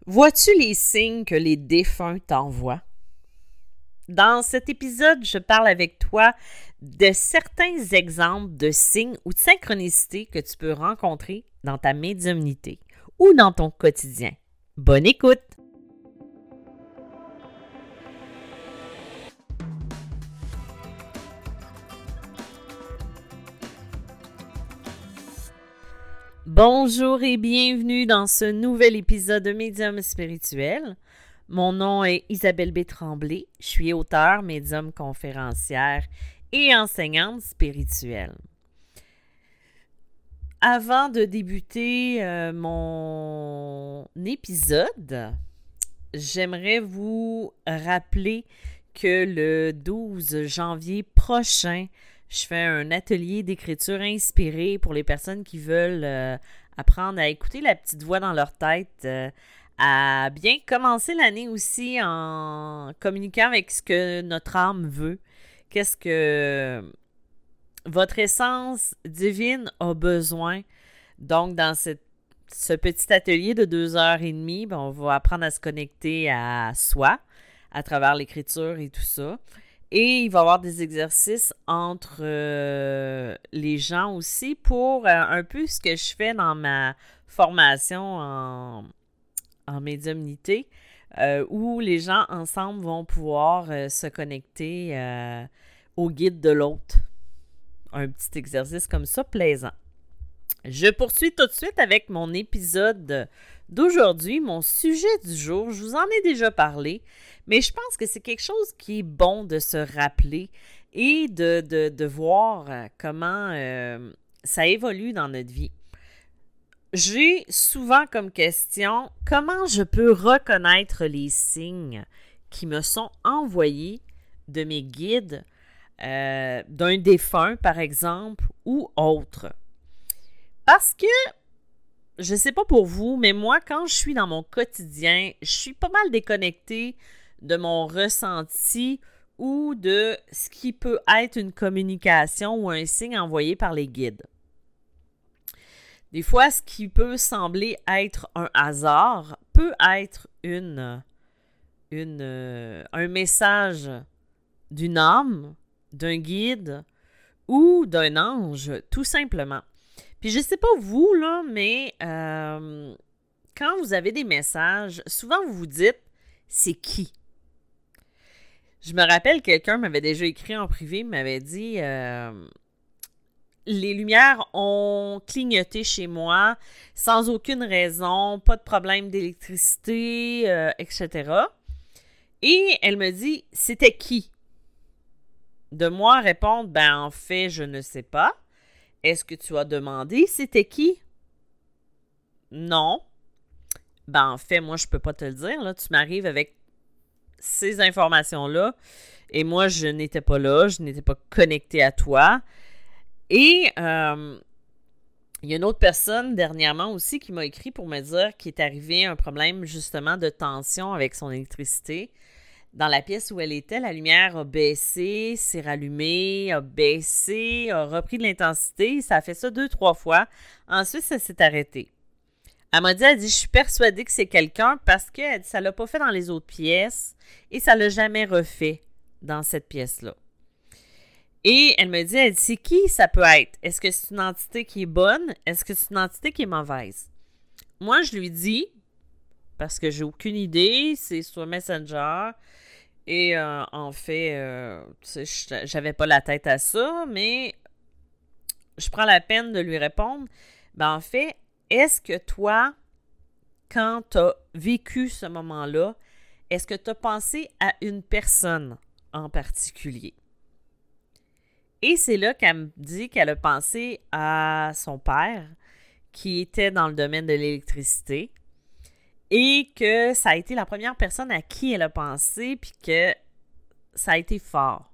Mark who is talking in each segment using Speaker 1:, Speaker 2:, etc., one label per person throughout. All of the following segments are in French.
Speaker 1: Vois-tu les signes que les défunts t'envoient? Dans cet épisode, je parle avec toi de certains exemples de signes ou de synchronicités que tu peux rencontrer dans ta médiumnité ou dans ton quotidien. Bonne écoute! Bonjour et bienvenue dans ce nouvel épisode de Médium spirituel. Mon nom est Isabelle B. Tremblay. Je suis auteure, médium conférencière et enseignante spirituelle. Avant de débuter mon épisode, j'aimerais vous rappeler que le 12 janvier prochain, je fais un atelier d'écriture inspirée pour les personnes qui veulent apprendre à écouter la petite voix dans leur tête, à bien commencer l'année aussi en communiquant avec ce que notre âme veut. Qu'est-ce que votre essence divine a besoin. Donc, dans ce petit atelier de 2h30, on va apprendre à se connecter à soi à travers l'écriture et tout ça. Et il va y avoir des exercices entre les gens aussi pour un peu ce que je fais dans ma formation en médiumnité, où les gens ensemble vont pouvoir se connecter au guide de l'autre. Un petit exercice comme ça, plaisant. Je poursuis tout de suite avec mon épisode d'aujourd'hui, mon sujet du jour. Je vous en ai déjà parlé, mais je pense que c'est quelque chose qui est bon de se rappeler et de voir comment ça évolue dans notre vie. J'ai souvent comme question, comment je peux reconnaître les signes qui me sont envoyés de mes guides, d'un défunt par exemple, ou autre. Parce que, je sais pas pour vous, mais moi, quand je suis dans mon quotidien, je suis pas mal déconnectée de mon ressenti ou de ce qui peut être une communication ou un signe envoyé par les guides. Des fois, ce qui peut sembler être un hasard peut être un message d'une âme, d'un guide ou d'un ange, tout simplement. Puis je sais pas vous, là, mais quand vous avez des messages, souvent vous vous dites « c'est qui? » Je me rappelle, quelqu'un m'avait déjà écrit en privé, m'avait dit les lumières ont clignoté chez moi sans aucune raison, pas de problème d'électricité, etc. Et elle me dit « c'était qui? » De moi répondre « ben en fait, je ne sais pas. » Est-ce que tu as demandé c'était qui? Non. Ben, en fait, moi, je peux pas te le dire. Là. Tu m'arrives avec ces informations-là et moi, je n'étais pas là. Je n'étais pas connectée à toi. Et il y a une autre personne dernièrement aussi qui m'a écrit pour me dire qu'il est arrivé un problème justement de tension avec son électricité. Dans la pièce où elle était, la lumière a baissé, s'est rallumée, a baissé, a repris de l'intensité. Ça a fait ça 2-3 fois. Ensuite, ça s'est arrêté. Elle dit, je suis persuadée que c'est quelqu'un parce que ça ne l'a pas fait dans les autres pièces et ça ne l'a jamais refait dans cette pièce-là. Et elle dit, c'est qui ça peut être? Est-ce que c'est une entité qui est bonne? Est-ce que c'est une entité qui est mauvaise? Moi, je lui dis, parce que j'ai aucune idée, c'est sur Messenger. Et en fait, j'avais pas la tête à ça, mais je prends la peine de lui répondre. Ben en fait, est-ce que toi, quand tu as vécu ce moment-là, est-ce que tu as pensé à une personne en particulier? Et c'est là qu'elle me dit qu'elle a pensé à son père, qui était dans le domaine de l'électricité. Et que ça a été la première personne à qui elle a pensé, puis que ça a été fort.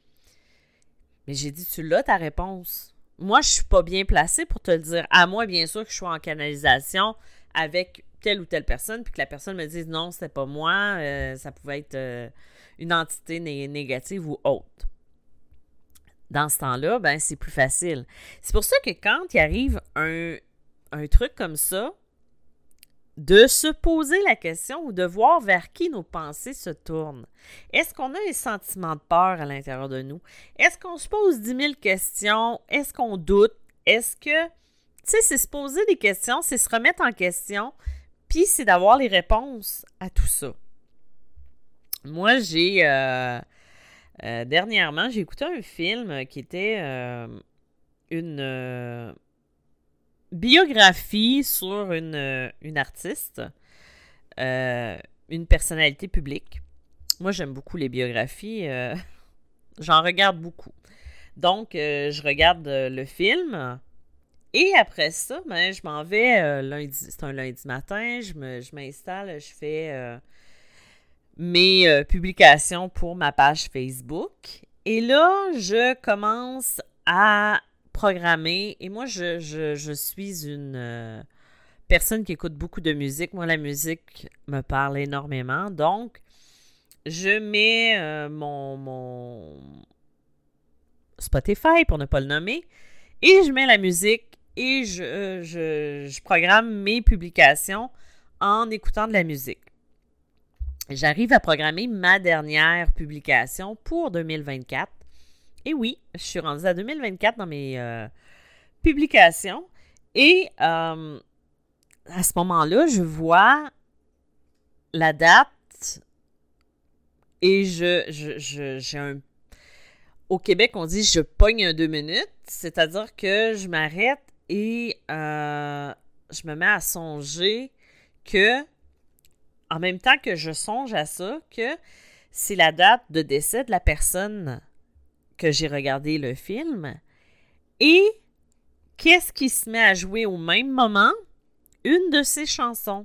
Speaker 1: Mais j'ai dit, tu l'as ta réponse. Moi, je suis pas bien placée pour te le dire. À moi, bien sûr, que je sois en canalisation avec telle ou telle personne, puis que la personne me dise non, c'était pas moi, ça pouvait être une entité négative ou autre. Dans ce temps-là, ben c'est plus facile. C'est pour ça que quand il arrive un truc comme ça, de se poser la question ou de voir vers qui nos pensées se tournent. Est-ce qu'on a un sentiment de peur à l'intérieur de nous? Est-ce qu'on se pose 10 000 questions? Est-ce qu'on doute? Est-ce que... Tu sais, c'est se poser des questions, c'est se remettre en question, puis c'est d'avoir les réponses à tout ça. Moi, dernièrement, j'ai écouté un film qui était une biographie sur une artiste, une personnalité publique. Moi, j'aime beaucoup les biographies. J'en regarde beaucoup. Donc, je regarde le film. Et après ça, ben, je m'en vais lundi. C'est un lundi matin. Je m'installe. Je fais mes publications pour ma page Facebook. Et là, je commence à programmer. Et moi, je suis une personne qui écoute beaucoup de musique. Moi, la musique me parle énormément. Donc, je mets mon Spotify, pour ne pas le nommer, et je mets la musique et je programme mes publications en écoutant de la musique. J'arrive à programmer ma dernière publication pour 2024. Et oui, je suis rendue à 2024 dans mes publications. Et à ce moment-là, je vois la date et j'ai un... Au Québec, on dit « je pogne un 2 minutes », c'est-à-dire que je m'arrête et je me mets à songer que, en même temps que je songe à ça, que c'est la date de décès de la personne que j'ai regardé le film. Et qu'est-ce qui se met à jouer au même moment? Une de ses chansons.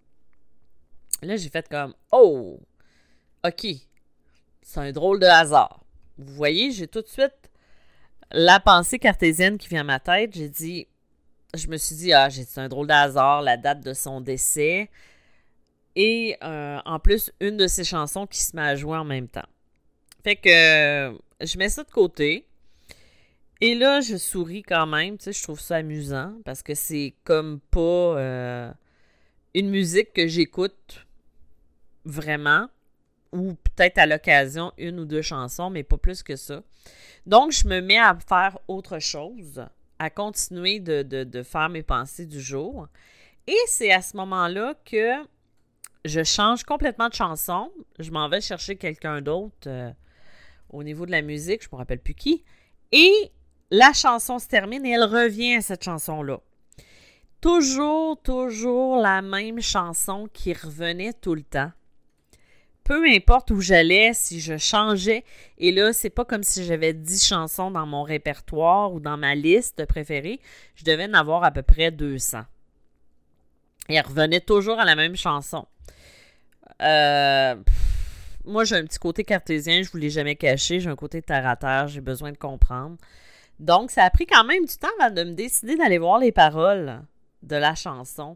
Speaker 1: Là, j'ai fait comme « oh, ok, c'est un drôle de hasard ». Vous voyez, j'ai tout de suite la pensée cartésienne qui vient à ma tête. Je me suis dit, c'est un drôle de hasard, la date de son décès. Et en plus, une de ses chansons qui se met à jouer en même temps. Fait que je mets ça de côté. Et là, je souris quand même. Tu sais, je trouve ça amusant parce que c'est comme pas une musique que j'écoute vraiment. Ou peut-être à l'occasion, une ou deux chansons, mais pas plus que ça. Donc, je me mets à faire autre chose, à continuer de faire mes pensées du jour. Et c'est à ce moment-là que je change complètement de chanson. Je m'en vais chercher quelqu'un d'autre au niveau de la musique, je ne me rappelle plus qui. Et la chanson se termine et elle revient à cette chanson-là. Toujours la même chanson qui revenait tout le temps. Peu importe où j'allais, si je changeais, et là, c'est pas comme si j'avais 10 chansons dans mon répertoire ou dans ma liste préférée, je devais en avoir à peu près 200. Et elle revenait toujours à la même chanson. Moi, j'ai un petit côté cartésien, je vous l'ai jamais caché, j'ai un côté terre à terre, j'ai besoin de comprendre. Donc, ça a pris quand même du temps avant de me décider d'aller voir les paroles de la chanson.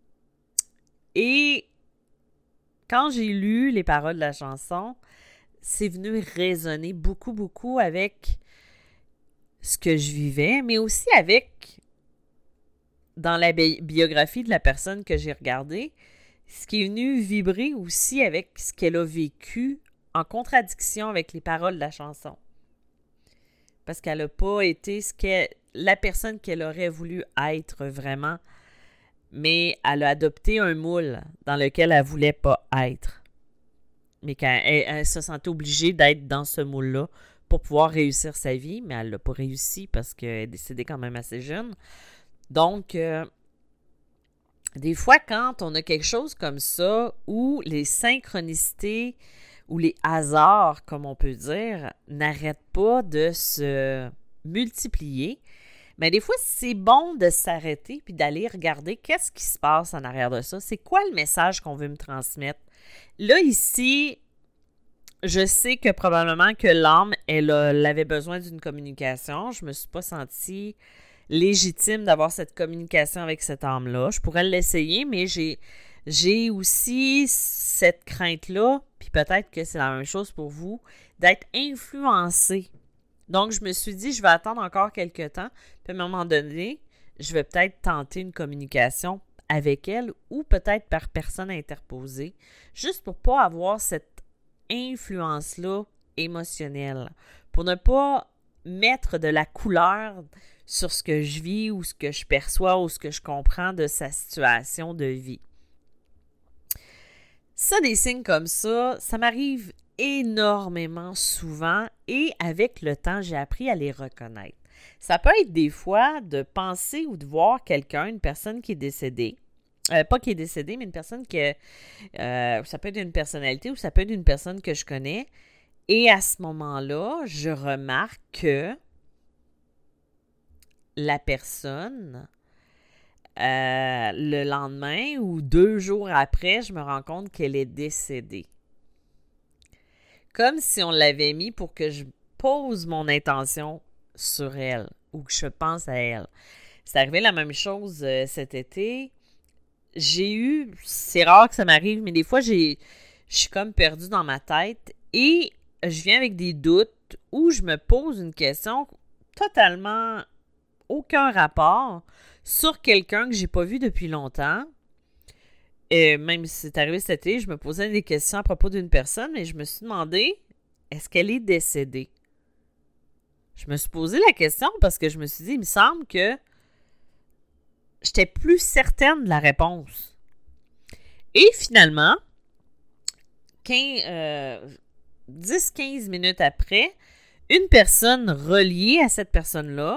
Speaker 1: Et quand j'ai lu les paroles de la chanson, c'est venu résonner beaucoup avec ce que je vivais, mais aussi avec, dans la biographie de la personne que j'ai regardée, ce qui est venu vibrer aussi avec ce qu'elle a vécu en contradiction avec les paroles de la chanson. Parce qu'elle n'a pas été la personne qu'elle aurait voulu être vraiment, mais elle a adopté un moule dans lequel elle ne voulait pas être. Mais elle se sentait obligée d'être dans ce moule-là pour pouvoir réussir sa vie, mais elle ne l'a pas réussi parce qu'elle est décédée quand même assez jeune. Donc, des fois, quand on a quelque chose comme ça, où les synchronicités ou les hasards, comme on peut dire, n'arrêtent pas de se multiplier, mais des fois, c'est bon de s'arrêter puis d'aller regarder qu'est-ce qui se passe en arrière de ça. C'est quoi le message qu'on veut me transmettre? Là, ici, je sais que probablement que l'âme, elle avait besoin d'une communication. Je me suis pas sentie légitime d'avoir cette communication avec cette âme-là. Je pourrais l'essayer, mais j'ai aussi cette crainte-là, puis peut-être que c'est la même chose pour vous, d'être influencée. Donc, je me suis dit, je vais attendre encore quelques temps, puis à un moment donné, je vais peut-être tenter une communication avec elle ou peut-être par personne interposée, juste pour pas avoir cette influence-là émotionnelle, pour ne pas mettre de la couleur sur ce que je vis ou ce que je perçois ou ce que je comprends de sa situation de vie. Ça, des signes comme ça m'arrive énormément souvent et avec le temps, j'ai appris à les reconnaître. Ça peut être des fois de penser ou de voir quelqu'un, une personne qui est décédée, pas qui est décédée, mais une personne ça peut être une personnalité ou ça peut être une personne que je connais. Et à ce moment-là, je remarque que la personne, le lendemain ou 2 jours après, je me rends compte qu'elle est décédée. Comme si on l'avait mis pour que je pose mon intention sur elle ou que je pense à elle. C'est arrivé la même chose cet été. C'est rare que ça m'arrive, mais des fois, je suis comme perdue dans ma tête et je viens avec des doutes où je me pose une question totalement aucun rapport sur quelqu'un que j'ai pas vu depuis longtemps. Et même si c'est arrivé cet été, je me posais des questions à propos d'une personne et je me suis demandé, est-ce qu'elle est décédée? Je me suis posé la question parce que je me suis dit, il me semble que j'étais plus certaine de la réponse. Et finalement, 10-15 minutes après, une personne reliée à cette personne-là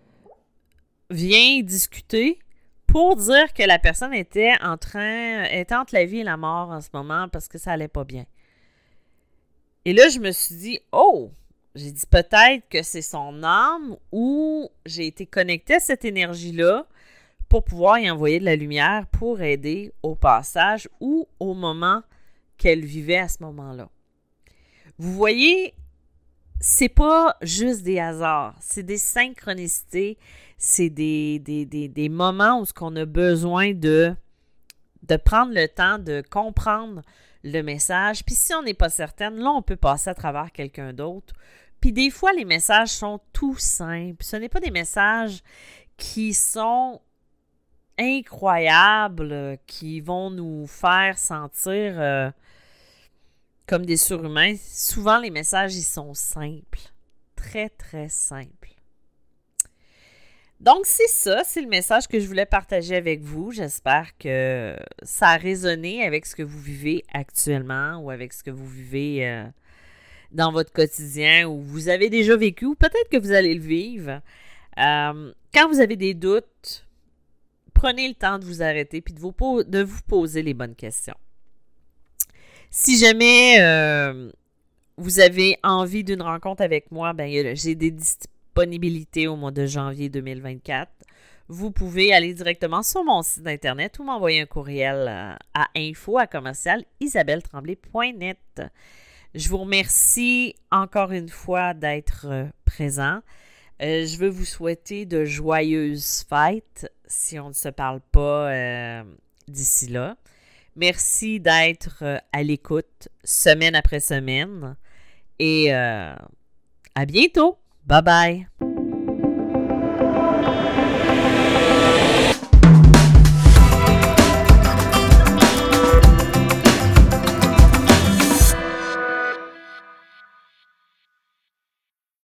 Speaker 1: vient discuter pour dire que la personne était entre la vie et la mort en ce moment parce que ça allait pas bien. Et là, je me suis dit, j'ai dit peut-être que c'est son âme ou j'ai été connectée à cette énergie-là pour pouvoir y envoyer de la lumière pour aider au passage ou au moment qu'elle vivait à ce moment-là. Vous voyez, c'est pas juste des hasards, c'est des synchronicités, c'est des moments où on a besoin de prendre le temps de comprendre le message. Puis si on n'est pas certaine, là, on peut passer à travers quelqu'un d'autre. Puis des fois, les messages sont tout simples. Ce n'est pas des messages qui sont incroyables, qui vont nous faire sentir comme des surhumains. Souvent, les messages, ils sont simples. Très, très simples. Donc, c'est ça. C'est le message que je voulais partager avec vous. J'espère que ça a résonné avec ce que vous vivez actuellement ou avec ce que vous vivez dans votre quotidien ou vous avez déjà vécu ou peut-être que vous allez le vivre. Quand vous avez des doutes, prenez le temps de vous arrêter et de vous poser les bonnes questions. Si jamais vous avez envie d'une rencontre avec moi, j'ai des disponibilités au mois de janvier 2024. Vous pouvez aller directement sur mon site internet ou m'envoyer un courriel à info@isabelletremblay.net. Je vous remercie encore une fois d'être présent. Je veux vous souhaiter de joyeuses fêtes si on ne se parle pas d'ici là. Merci d'être à l'écoute semaine après semaine et à bientôt. Bye bye!